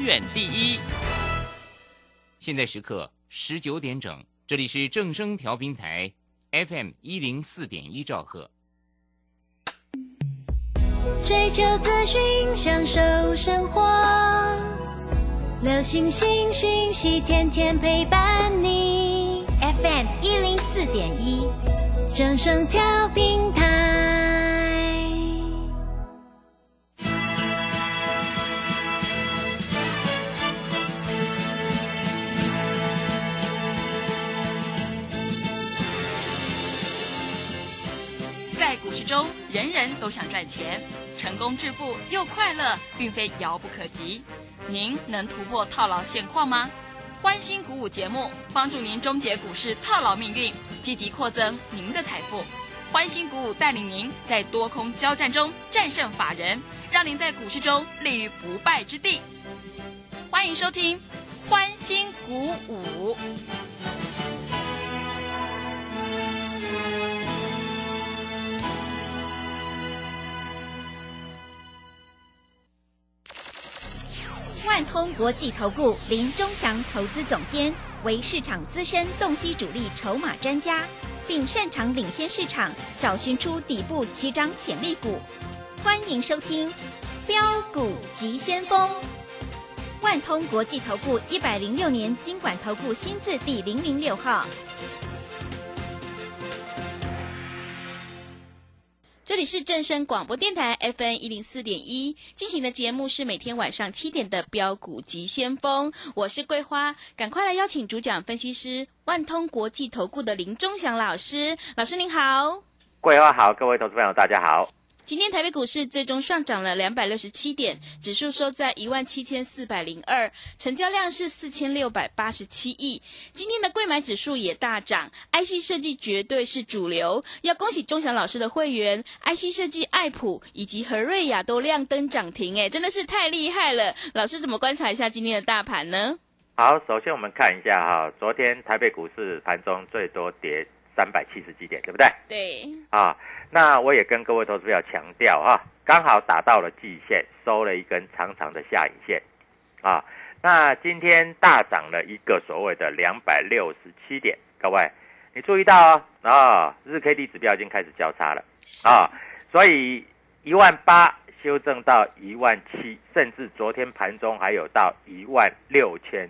永远第一。现在时刻19点整，这里是正声调频台 FM104.1兆赫。 追求资讯，享受生活，流行新讯息，天天陪伴你。FM104.1，正声调频台。 在股市中，人人都想赚钱，成功致富又快乐，并非遥不可及。您能突破套牢现况吗？欢欣鼓舞节目帮助您终结股市套牢命运，积极扩增您的财富。欢欣鼓舞带领您在多空交战中战胜法人，让您在股市中立于不败之地。欢迎收听欢欣鼓舞。 万通国际投顾林钟祥投资总监为市场资深洞悉主力筹码专家，并擅长领先市场，找寻出底部起涨潜力股。欢迎收听标股急先锋。万通国际投顾106年金管投顾新字第006号。 这里是正声广播电台 FN104.1 进行的节目是每天晚上7点的标股急先锋，我是桂花，赶快来邀请主讲分析师万通国际投顾的林钟祥老师。老师您好。 桂花好，各位投资朋友大家好。 今天台北股市最终上涨了267点，指数收在17402，成交量是4687亿。今天的柜买指数也大涨 ，IC 设计绝对是主流。要恭喜钟祥老师的会员 ，IC 设计爱普以及和瑞雅都亮灯涨停，真的是太厉害了。老师怎么观察一下今天的大盘呢？ 好，首先我们看一下哈，昨天台北股市盘中最多跌370几点，对不对？ 对。 啊，那我也跟各位投资者强调啊，刚好打到了季线，收了一根长长的下影线啊。那今天大涨了一个所谓的267点，各位你注意到日 K D 指标已经开始交叉了啊，所以18000修正到17000，甚至昨天盘中还有到16893，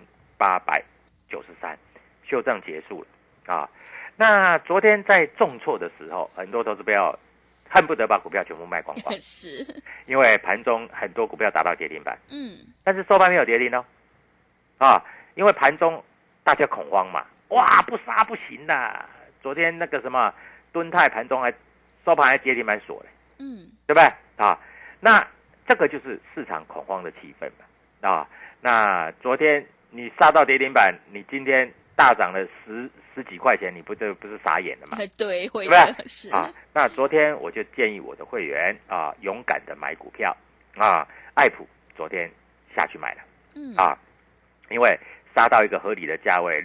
修正结束了啊。那昨天在重挫的时候，很多投资者恨不得把股票全部卖光光， 是， 因为盘中很多股票达到跌停板，但是收盘没有跌停哦，因为盘中大家恐慌嘛，哇，不杀不行啦！昨天那个什么敦泰盘中收盘还跌停板锁了，对不对啊？那这个就是市场恐慌的气氛嘛，啊，那昨天你杀到跌停板，你今天大涨了十几块钱，你不是傻眼了吗？ 对，会的， 对是啊。那昨天我就建议我的会员啊，勇敢的买股票啊，爱普昨天下去买了，因为杀到一个合理的价位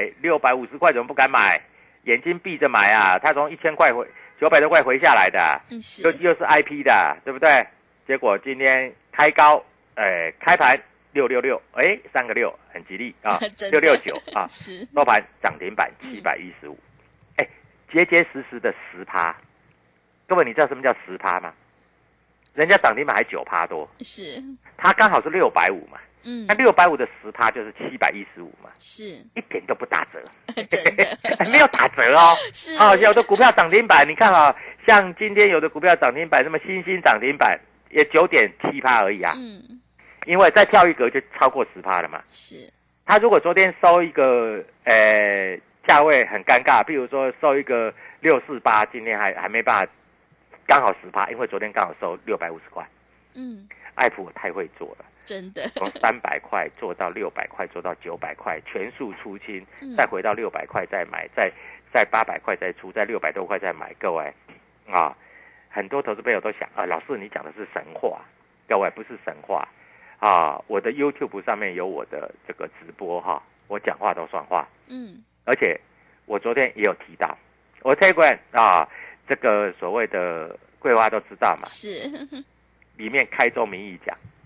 ，650块怎么不敢买？眼睛闭着买啊！他从1000块900多块回下来的，又是 IP 的，对不对？结果今天开高，开盘666，三个6，很吉利啊，669啊，收盘涨停板715，结结实实的10%。各位，你知道什么叫10%吗？人家涨停板还9%多， 是， 它刚好是650嘛，那650的10%就是715嘛， 是， 一点都不打折， 真的没有打折哦， 是有的股票涨停板，你看像今天有的股票涨停板，什么新兴涨停板也9.7%而已啊，因为再跳一格就超过10%了嘛， 是，他如果昨天收一个价位很尴尬，譬如说收一个648，今天还没办法刚好10%，因为昨天刚好收650块，爱普太会做了。 真的， 从300块做到600块，做到900块，全数出清，再回到600块再买，再800块再出，再600多块再买。各位啊，很多投资朋友都想老师你讲的是神话，各位不是神话啊！我的 YouTube 上面有我的这个直播我讲话都算话，而且我昨天也有提到，我 Telegram 这个所谓的桂花都知道嘛， 是， 里面开宗明义讲。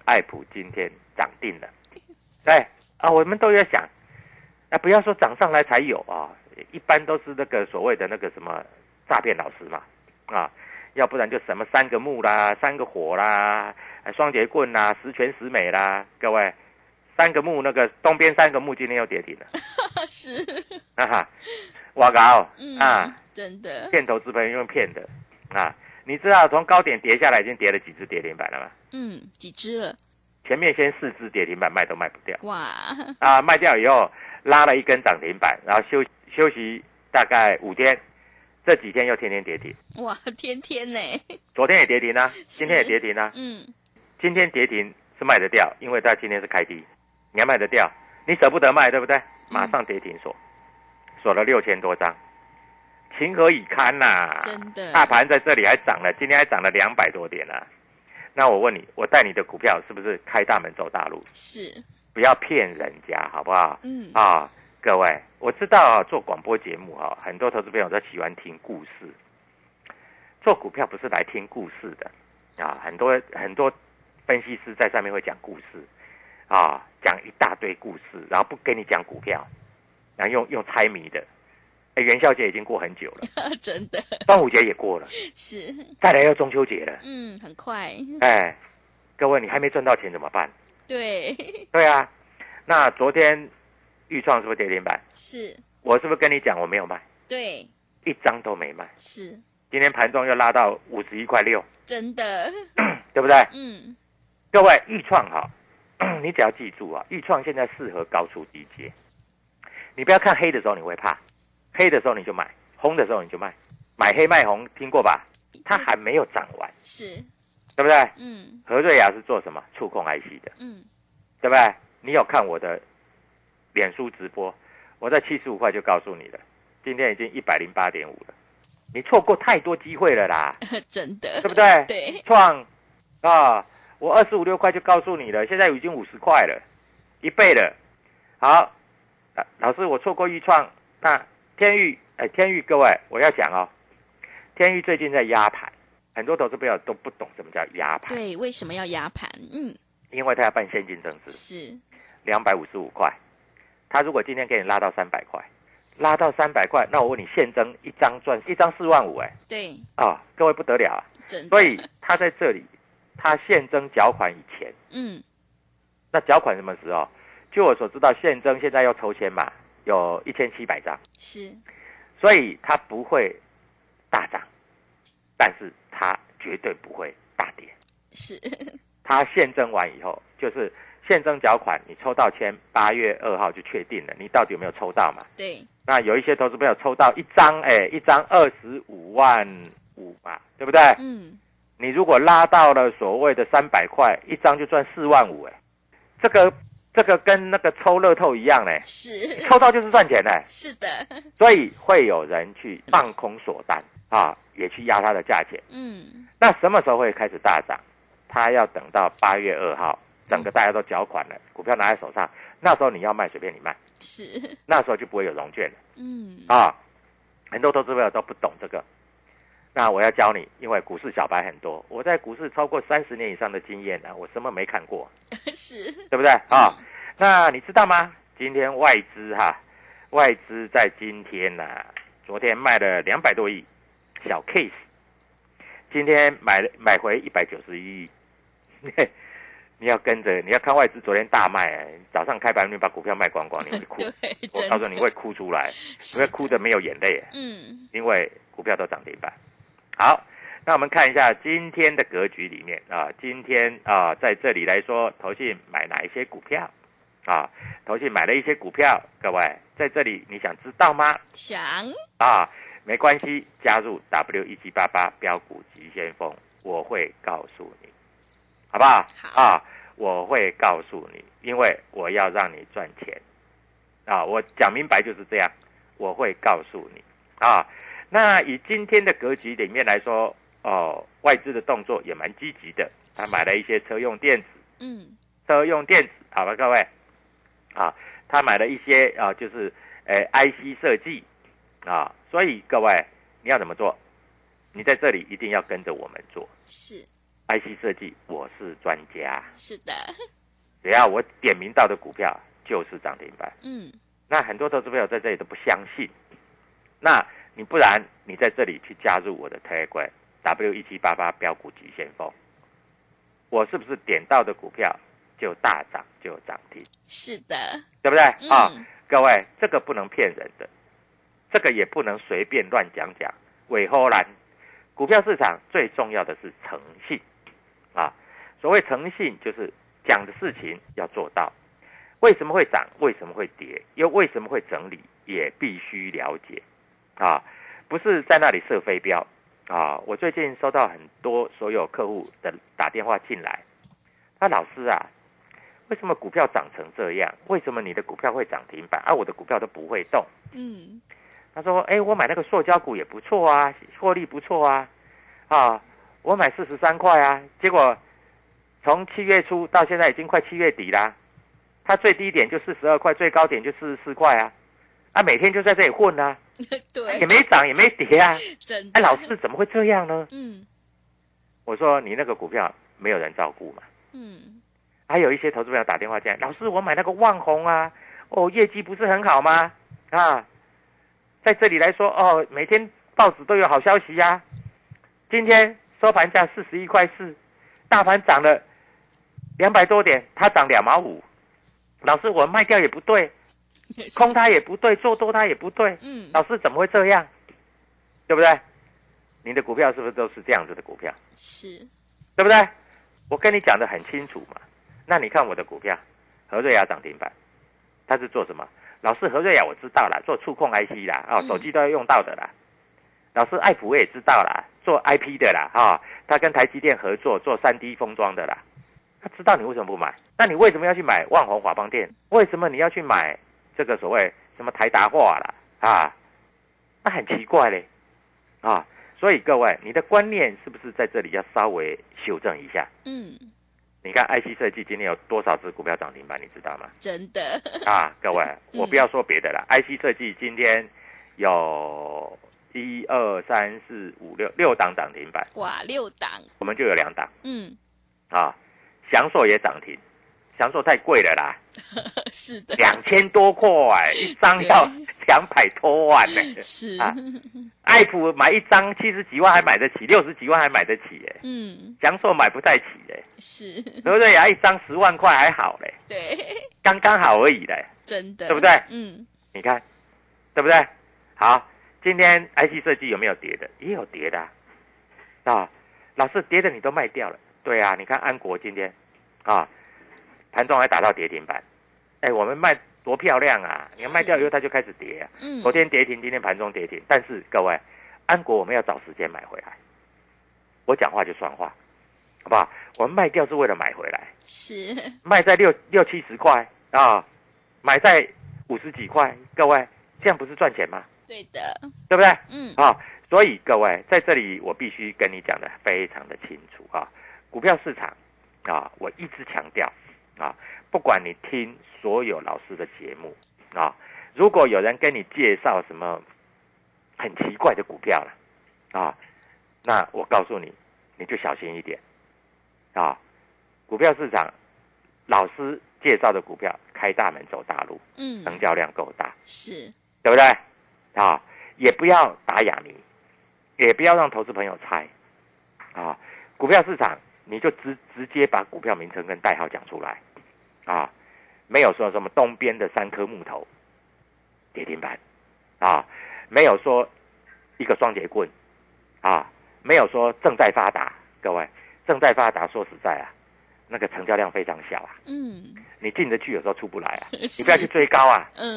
爱普今天涨定了，对啊，我们都在想，不要说涨上来才有啊，一般都是那个所谓的那个什么诈骗老师嘛，啊，要不然就什么3个木啦、3个火啦、双节棍啦、十全十美啦，各位，3个木那个东边3个木今天又跌停了， 是哈哈，我搞啊， 真的骗投资朋友用骗的啊。你知道从高点跌下来已经跌了几只跌停板了吗？ 几只了？ 前面先4只跌停板卖都卖不掉， 哇！ 啊，卖掉以后拉了一根涨停板，然后休息大概5天，这几天又天天跌停。 哇，天天呢？ 昨天也跌停啊，今天也跌停啊。今天跌停是卖得掉，因为它今天是开低，你要卖得掉，你舍不得卖，对不对？马上跌停锁了6000多张。情何以堪呐！ 真的， 大盘在这里还涨了，今天还涨了200多点啊。那我问你，我带你的股票是不是开大门走大路？ 是， 不要骗人家，好不好？各位，我知道做广播节目很多投资朋友都喜欢听故事。做股票不是来听故事的啊，很多分析师在上面会讲故事啊，讲一大堆故事，然后不跟你讲股票，然后用猜谜的。元宵节已经过很久了， 真的， 端午节也过了， 是， 再来要中秋节了， 很快。 各位，你还没赚到钱怎么办？ 对啊，那昨天豫创是不是跌停板？ 是， 我是不是跟你讲我没有卖？ 对， 一张都没卖。 是， 今天盘中又拉到51.6块， 真的， 对不对？各位，豫创你只要记住啊，豫创现在适合高出低接，你不要看黑的时候你会怕。黑的时候你就买，红的时候你就卖，买黑卖红，听过吧？它还没有涨完， 是， 对不对？和瑞亚是做什么？触控 IC 的，对不对？你有看我的脸书直播？我在75块就告诉你了，今天已经108.5了，你错过太多机会了啦， 真的， 对不对？ 对， 创啊，我25、6块就告诉你了，现在已经50块了，1倍了。好，老师，我错过豫创，那天域，各位，我要讲天域最近在压盘，很多投资朋友都不懂什么叫压盘。 对，为什么要压盘？ 因为他要办现金增资， 是 255块。他如果今天给你拉到300块，那我问你，现增一张赚1张45000， 对各位不得了啊！所以他在这里，他现增缴款以前，那缴款什么时候？据我所知道，现增现在要抽签嘛。有1700张， 是， 所以它不会大涨，但是它绝对不会大跌。 是， 它现增完以后，就是现增缴款，你抽到签，8月2号就确定了，你到底有没有抽到嘛？ 对。 那有一些投资朋友抽到一张25.5万嘛，对不对？你如果拉到了所谓的300块，一张就赚4万5，这个跟那个抽乐透一样嘞， 是， 抽到就是赚钱嘞， 是的， 所以会有人去放空锁单也去压它的价钱。那什么时候会开始大涨？它要等到8月2号，整个大家都缴款了，股票拿在手上，那时候你要卖随便你卖， 是， 那时候就不会有融券了。很多投资朋友都不懂这个。那我要教你，因为股市小白很多，我在股市超过30年以上的经验我什么没看过， 是， 对不对那你知道吗？今天外资在今天昨天卖了200多亿，小 case， 今天买回191亿，你要跟着，你要看外资昨天大卖，早上开盘你把股票卖光光，你会哭，我告诉你会哭出来，你会哭得没有眼泪，因为股票都涨停板。好，那我们看一下今天的格局里面今天在这里来说，投信买哪一些股票投信买了一些股票，各位在这里你想知道吗？ 想没关系，加入 W1788 标股急先锋，我会告诉你，好不好？ 好我会告诉你，因为我要让你赚钱我讲明白就是这样，我会告诉你那以今天的格局里面来说外资的动作也蛮积极的，他买了一些车用电子，好吧，各位他买了一些就是 IC 设计所以各位你要怎么做？你在这里一定要跟着我们做， 是 IC 设计我是专家， 是的， 只要我点名到的股票就是涨停板。 嗯， 那很多投资朋友在这里都不相信，那你不然你在这里去加入我的 Telegram W1788 标股急先锋，我是不是点到的股票就大涨就涨停？ 是的， 对不对？ 嗯各位，这个不能骗人的，这个也不能随便乱讲。尾后兰，股票市场最重要的是诚信啊。所谓诚信，就是讲的事情要做到。为什么会涨？为什么会跌？又为什么会整理？也必须了解啊，不是在那里射飞镖啊。我最近收到很多所有客户的打电话进来，他老师啊，为什么股票涨成这样？为什么你的股票会涨停板啊？我的股票都不会动。 嗯， 他说：“我买那个塑胶股也不错啊，获利不错啊，我买43块啊，结果从7月初到现在已经快7月底啦，它最低点就42块，最高点就44块啊，每天就在这里混啊， 对， 也没涨也没跌啊， 真的， 老师怎么会这样呢？ 嗯我说你那个股票没有人照顾嘛。 嗯， 还有一些投资朋友打电话进来，老师我买那个旺宏啊，业绩不是很好吗？啊。”在这里来说，每天报纸都有好消息呀。今天收盘价41块4，大盘涨了200多点，它涨2毛5。老师，我卖掉也不对，空它也不对，做多它也不对。 嗯， 老师怎么会这样？对不对？你的股票是不是都是这样子的股票？ 是， 对不对？我跟你讲得很清楚嘛。那你看我的股票，和瑞亚涨停板，它是做什么？老师，和瑞亚我知道啦，做触控 IC 啦，手机都要用到的啦。老师，爱普我也知道啦，做 IP 的啦，他跟台积电合作做 3D 封装的啦。他知道你为什么不买？那你为什么要去买旺宏华邦电？为什么你要去买这个所谓什么台达化啦？那很奇怪嘞，所以各位，你的观念是不是在这里要稍微修正一下？ 嗯， 你看 IC 设计今天有多少只股票涨停板，你知道吗？ 真的， 各位，我不要说别的了，IC 设计今天有1、2、3、4、5、6档涨停板， 哇，6档， 我们就有2档， 嗯， 祥硕也涨停，祥硕太贵了啦， 是的 2000多块，一张要200多万呢， 是， 爱普买一张70几万还买得起，60几万还买得起耶， 嗯， 祥硕买不太起耶， 是， 对不对呀？一张10万块还好嘞， 对， 刚刚好而已嘞， 真的， 对不对？ 嗯， 你看，对不对？好，今天 IC 设计有没有跌的？也有跌的老师跌的你都卖掉了，对啊，你看安国今天盘中还打到跌停板，我们卖多漂亮啊！你看卖掉以后它就开始跌啊，昨天跌停，今天盘中跌停，但是各位，安国我们要找时间买回来，我讲话就算话，好不好？我们卖掉是为了买回来， 是卖在60、70块买在50几块，各位这样不是赚钱吗？ 对的， 对不对？ 嗯， 所以各位在这里我必须跟你讲的非常的清楚股票市场我一直强调不管你听所有老师的节目如果有人跟你介绍什么很奇怪的股票了那我告诉你，你就小心一点股票市场老师介绍的股票开大门走大路，成交量够大， 是， 对不对也不要打哑谜，也不要让投资朋友猜股票市场你就直接把股票名称跟代号讲出来没有说什么东边的3颗木头跌停板没有说一个双节棍没有说正在发达，各位正在发达说实在那个成交量非常小你进得去有时候出不来你不要去追高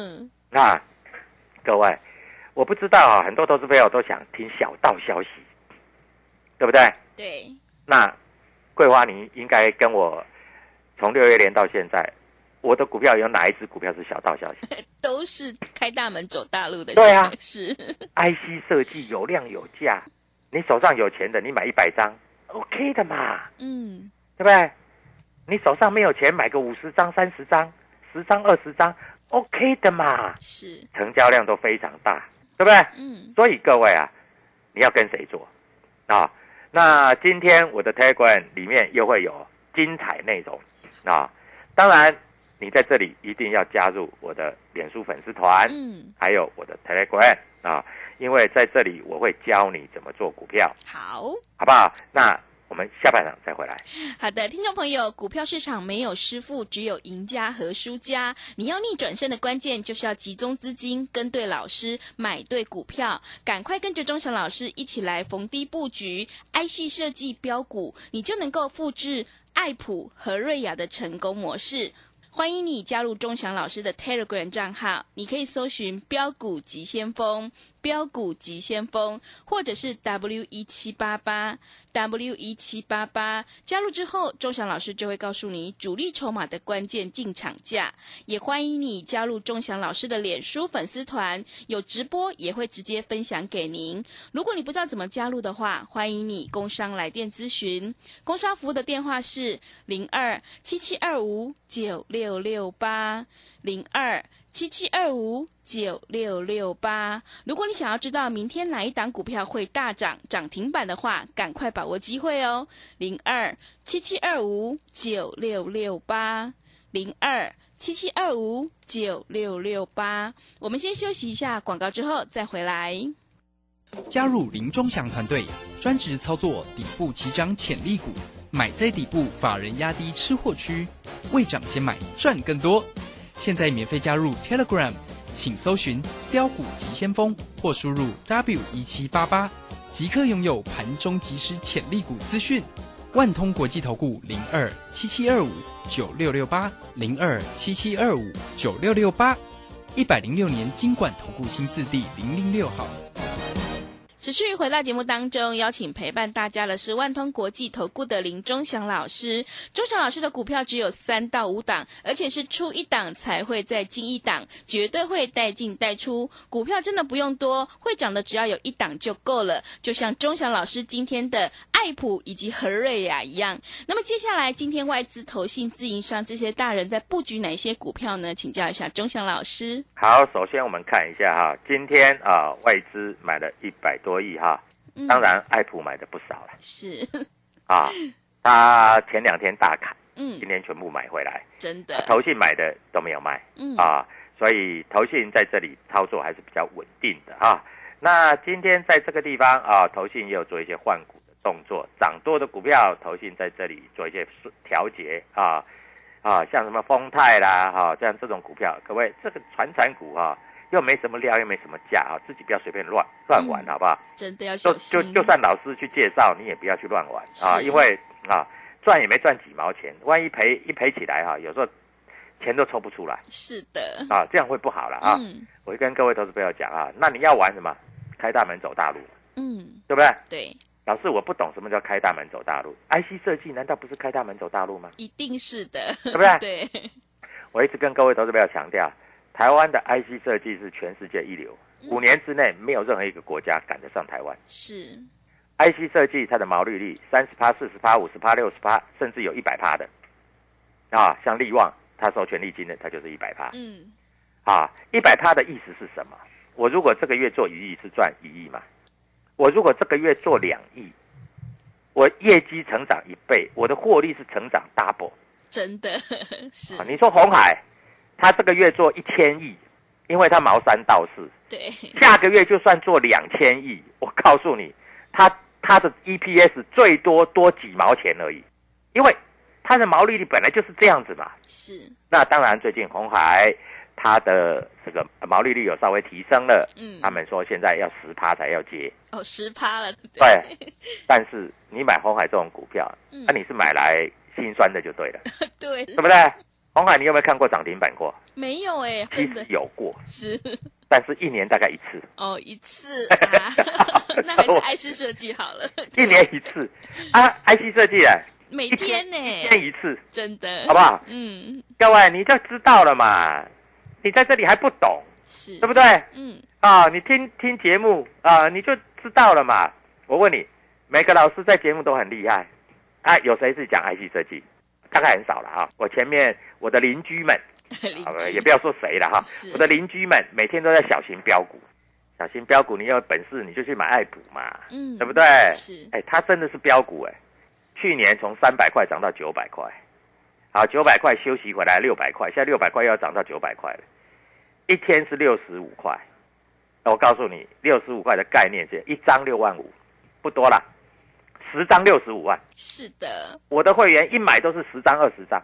各位，我不知道很多投资朋友都想听小道消息，对不对？ 对。 那桂花，你应该跟我从6月连到现在，我的股票有哪一只股票是小道消息？ 都是开大门走大路的。 对啊， 是 IC 设计有量有价，你手上有钱的，你买100张 ，OK 的嘛，对不对？你手上没有钱，买个50张、30张、10张、20张 ，OK 的嘛， 是， 成交量都非常大，对不对？所以各位你要跟谁做那今天我的 Telegram 里面又会有精彩内容啊！当然，你在这里一定要加入我的脸书粉丝团，还有我的 Telegram 啊，因为在这里我会教你怎么做股票， 好不好？那我们下半场再回来。 好的，听众朋友，股票市场没有师傅，只有赢家和输家。你要逆转胜的关键就是要集中资金，跟对老师，买对股票。赶快跟着钟祥老师一起来逢低布局 IC 设计标股，你就能够复制爱普和瑞雅的成功模式。欢迎你加入钟祥老师的 Telegram 账号，你可以搜寻标股急先锋，标股急先锋，或者是 W1788 W1788， 加入之后，钟祥老师就会告诉你主力筹码的关键进场价。也欢迎你加入钟祥老师的脸书粉丝团，有直播也会直接分享给您。如果你不知道怎么加入的话，欢迎你工商来电咨询，工商服务的电话是02-7725-9668 02-7725-9668。如果你想要知道明天哪一档股票会大涨涨停板的话，赶快把握机会哦。02-7725-9668 02-7725-9668。我们先休息一下广告之后再回来。 加入林钟祥团队，专职操作底部起涨潜力股，买在底部，法人压低吃货区，未涨先买赚更多。现在免费加入 Telegram， 请搜寻标股急先锋或输入 W1788， 即刻拥有盘中即时潜力股资讯。万通国际投顾02-7725-9668 02-7725-9668， 106年金管投顾新字第006号。 持续回到节目当中，邀请陪伴大家的是万通国际投顾的林钟祥老师。钟祥老师的股票只有3到5档，而且是出一档才会再进一档，绝对会带进带出。股票真的不用多，会涨的只要有一档就够了，就像钟祥老师今天的爱普以及和瑞雅一样。那么接下来今天外资、投信、自营商这些大人在布局哪些股票呢？请教一下钟祥老师。 好，首先我们看一下哈，今天外资买了100多亿哈，当然爱普买的不少了， 是他前2天大砍，今天全部买回来， 真的， 投信买的都没有卖，所以投信在这里操作还是比较稳定的啊。那今天在这个地方投信也有做一些换股的动作，涨多的股票，投信在这里做一些调节像什么丰泰啦像这种股票，各位这个传产股又没什么料，又没什么价自己不要随便乱玩，好不好？ 真的要小心。 就算老师去介绍，你也不要去乱玩因为赚也没赚几毛钱，万一赔起来有时候钱都抽不出来。 是的这样会不好了我会跟各位投资朋友讲那你要玩什么？开大门走大路，对不对？ 对。 老师，我不懂什么叫开大门走大路。IC 设计难道不是开大门走大路吗？ 一定是的， 对不对？ 对。 我一直跟各位投资朋友强调，台湾的 IC 设计是全世界一流，5年之内没有任何一个国家赶得上台湾。 是 IC 设计它的毛利率30%、40%、50%、60%，甚至有100%的像力旺，它收权利金的，它就是100%。100%的意思是什么？我如果这个月做1亿是赚1亿嘛？我如果这个月做2亿，我业绩成长1倍，我的获利是成长 double。 真的是你说鸿海，他这个月做1000亿，因为他毛3到4， 对， 下个月就算做2000亿，我告诉你，他的 EPS 最多几毛钱而已，因为他的毛利率本来就是这样子嘛。 是。那当然，最近鸿海它的这个毛利率有稍微提升了，他们说现在要10%才要接 ，10%了， 对。但是你买鸿海这种股票，你是买来心酸的就对了， 对， 对不对？鸿海你有没有看过涨停板过？ 没有其实有过， 是， 但是1年大概1次。 一次那还是 IC 设计好了 ，1年1次IC 设计每天呢 ，1天1次， 真的， 好不好？各位你就知道了嘛。你在这里还不懂， 是， 对不对？你听节目你就知道了嘛。我问你，每个老师在节目都很厉害有谁是讲 IC 设计？大概很少了我前面我的邻居们也不要说谁了我的邻居们每天都在小型标股， 小型标股，你有本事你就去买爱普嘛，对不对？ 是， 它真的是标股去年从300块涨到900块，好，900块休息回来600块，现在600块又要涨到900块了，一天是65块。我告诉你，65块的概念是一张6万5，不多啦，10张65万。 是的， 我的会员一买都是10张20张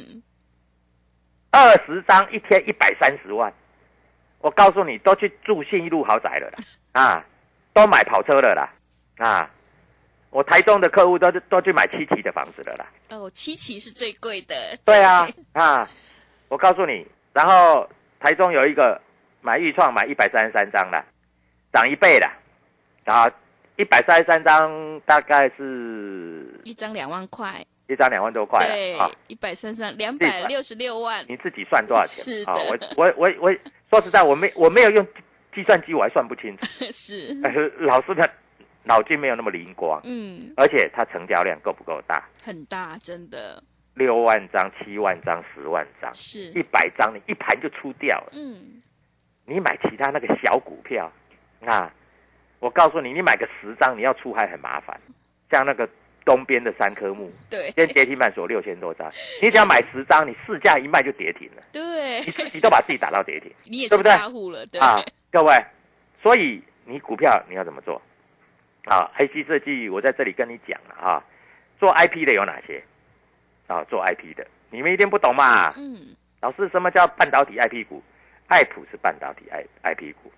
，20张一天130万。我告诉你，都去住信义路豪宅了啦，都买跑车了啦，我台中的客户都去买7期的房子了啦。 哦，7期是最贵的。 对啊，我告诉你，然后台中有一个买豫创买133张啦，涨1倍啦，然后133张大概是一张2万块。 一张2万多块了， 对，133张266万， 你自己算多少钱？ 是的， 我说实在，我没有用计算机，我还算不清楚。 是， 老师的脑筋没有那么灵光，而且它成交量够不够大？ 很大，真的。 6万张、7万张、10万张， 是 100张，你一盘就出掉了。你买其他那个小股票，我告诉你，你买个10张，你要出还很麻烦，像那个。东边的3棵木， 对， 今天跌停板锁6000多张，你只要买10张，你市价一卖就跌停了， 对， 你自己都把自己打到跌停， 你也是大户了，对啊，各位，所以你股票你要怎么做？IC 设计，我在这里跟你讲了做 IP 的有哪些？做 IP 的，你们一定不懂嘛？老师，什么叫半导体 IP 股？爱普是半导体 IP 股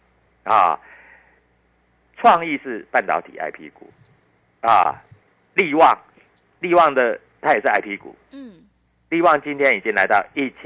创意是半导体 IP 股力旺的它也是 IP 股，力旺今天已经来到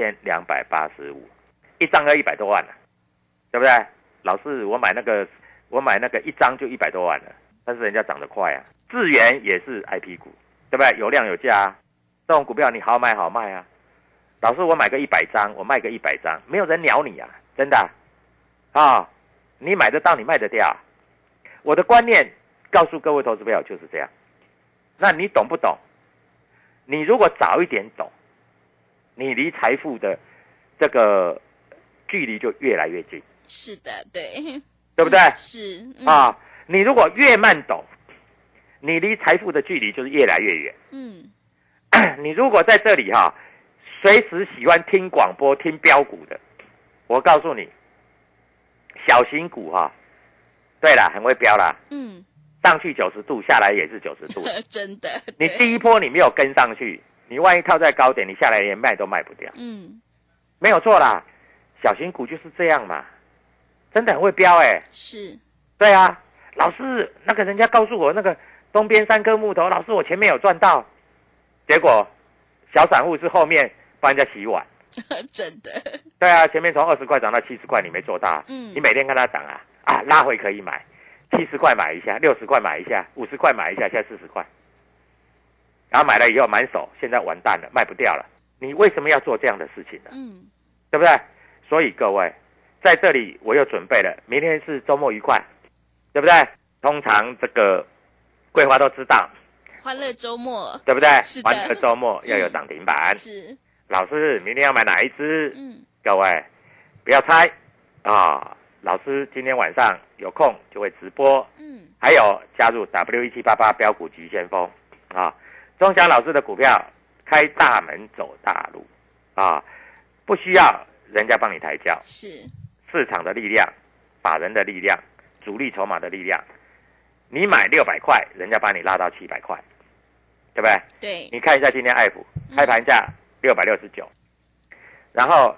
1285，一张要100多万了，对不对？老师，我买那个一张就100多万了，但是人家涨得快啊。智原也是 IP 股，对不对？有量有价这种股票你好买好卖啊。老师，我买个100张，我卖个100张，没有人鸟你啊，真的你买得到，你卖得掉。我的观念告诉各位投资朋友就是这样。那你懂不懂？你如果早一点懂，你离财富的这个距离就越来越近。 是的，对， 对不对？ 是你如果越慢懂，你离财富的距离就是越来越远。你如果在这里随时喜欢听广播、听标股的，我告诉你，小型股对啦，很会标啦。上去90度，下来也是90度， 真的。 你第一波你没有跟上去，你万一套在高点，你下来连卖都卖不掉。没有错啦，小型股就是这样嘛，真的很会标是， 对啊，老师，那个人家告诉我那个东边3棵木头，老师我前面有赚到，结果小散户是后面帮人家洗碗。 真的。 对啊，前面从20块涨到70块，你没做到，你每天看它涨拉回可以买。70块买一下，60块买一下，50块买一下，现在40块，然后买了以后满手，现在完蛋了，卖不掉了。你为什么要做这样的事情呢？对不对？所以各位在这里我又准备了，明天是周末愉快，对不对？通常这个桂花都知道， 欢乐周末， 对不对？ 是的， 欢乐周末要有涨停板。 是， 老师明天要买哪一支？各位不要猜老师今天晚上有空就会直播，还有加入 W1788 标股急先锋钟祥老师的股票开大门走大路不需要人家帮你抬轿， 是市场的力量、法人的力量、主力筹码的力量，你买600块，人家把你拉到700块，对不对？ 对， 你看一下今天爱普开盘价669，然后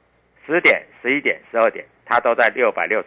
10点、11点、12点。它都在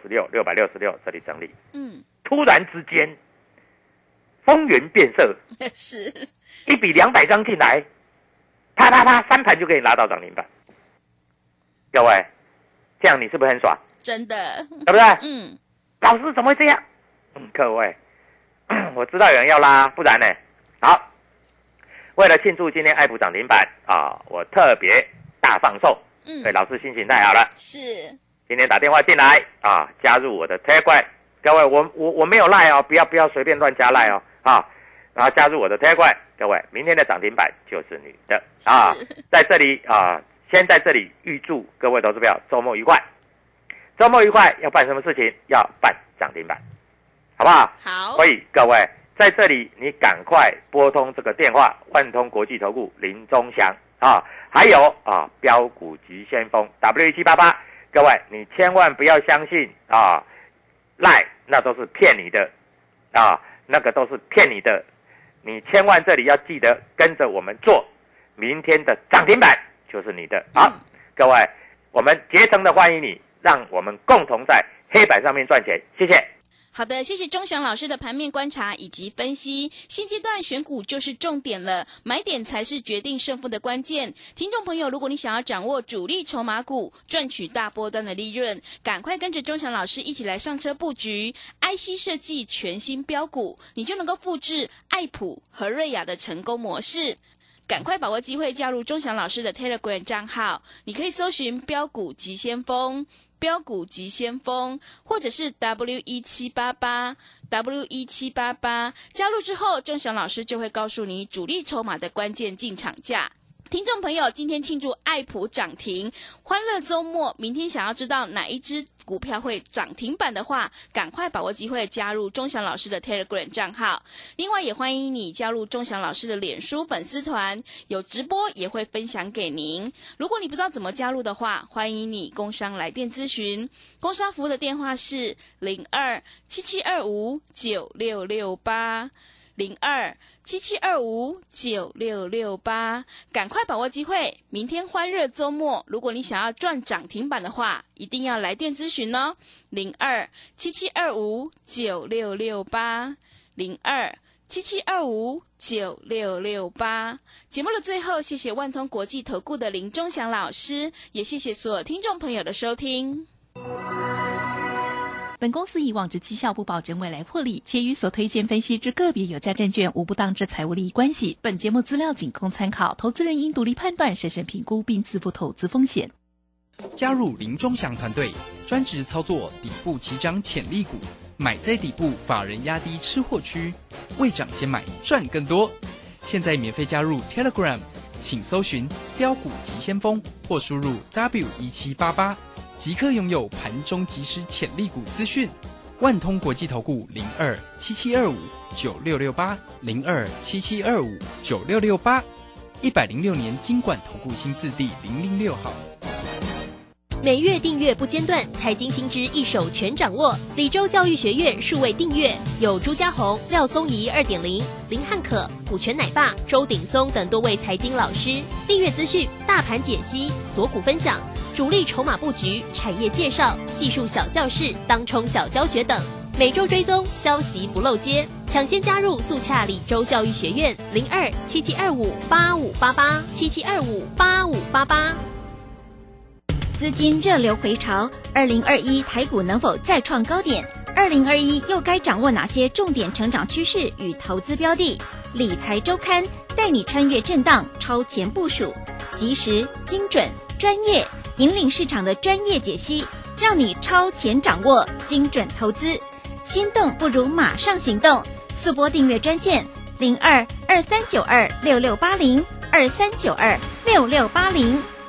666这里整理。突然之间，风云变色， 是一笔200张进来，啪啪啪，3盘就可以拉到涨停板。各位，这样你是不是很爽？ 真的， 对不对？老师怎么会这样？各位，我知道有人要拉，不然呢？好，为了庆祝今天爱普涨停板我特别大放送。对，老师心情太好了。 是。 今天打电话进来加入我的 Telegram， 各位我没有赖不要随便乱加赖然后加入我的 Telegram， 各位明天的涨停板就是你的在这里先在这里预祝各位投资朋友周末愉快。 周末愉快，要办什么事情？要办涨停板，好不好？ 好。 所以各位在这里，你赶快拨通这个电话，万通国际投顾林宗祥啊，还有啊标股急先锋 W1788，各位你千万不要相信啊，赖那都是骗你的啊，那个都是骗你的，你千万这里要记得跟着我们做，明天的涨停板就是你的。好，各位，我们竭诚的欢迎你，让我们共同在黑板上面赚钱，谢谢。 好的，谢谢钟祥老师的盘面观察以及分析。现阶段选股就是重点了，买点才是决定胜负的关键。听众朋友，如果你想要掌握主力筹码股，赚取大波段的利润，赶快跟着钟祥老师一起来上车布局 IC 设计全新标股，你就能够复制爱普和瑞雅的成功模式。赶快把握机会加入钟祥老师的 Telegram 账号，你可以搜寻标股急先锋，标股急先锋，或者是 W1788 加入之后，钟祥老师就会告诉你主力筹码的关键进场价。听众朋友，今天庆祝爱普涨停，欢乐周末，明天想要知道哪一支股票会涨停板的话，赶快把握机会加入钟祥老师的 Telegram 账号。另外也欢迎你加入钟祥老师的脸书粉丝团，有直播也会分享给您。如果你不知道怎么加入的话，欢迎你工商来电咨询，工商服务的电话是02-7725-9668 02-7725-9668，赶快把握机会，明天欢乐周末，如果你想要赚涨停板的话，一定要来电咨询哦。02-7725-9668 02-7725-9668。节目的最后，谢谢万通国际投顾的林钟祥老师，也谢谢所有听众朋友的收听。 本公司以往之绩效不保证未来获利，且与所推荐分析之个别有价证券无不当之财务利益关系。本节目资料仅供参考，投资人应独立判断、审慎评估并自负投资风险。 加入林钟祥团队，专职操作底部起涨潜力股，买在底部，法人压低吃货区，未涨先买赚更多。现在免费加入 Telegram， 请搜寻标股急先锋或输入 W1788。即刻拥有盘中即时潜力股资讯，万通国际投顾02-7725-9668 02-7725-9668， 106年金管投顾新字第006号。 每月订阅不间断，财经新知一手全掌握。李州教育学院数位订阅有朱家红、廖松怡 2.0、林汉可、股权奶爸、周鼎松等多位财经老师。订阅资讯、大盘解析、锁股分享、主力筹码布局、产业介绍、技术小教室、当冲小教学等，每周追踪，消息不漏接。抢先加入，速洽李州教育学院02-7725-8588 7725-8588。 资金热流回潮，2021台股能否再创高点？2021又该掌握哪些重点成长趋势与投资标的？理财周刊带你穿越震荡，超前部署，及时、精准、专业，引领市场的专业解析，让你超前掌握精准投资。心动不如马上行动，速拨订阅专线02-2392-6680 2392-6680。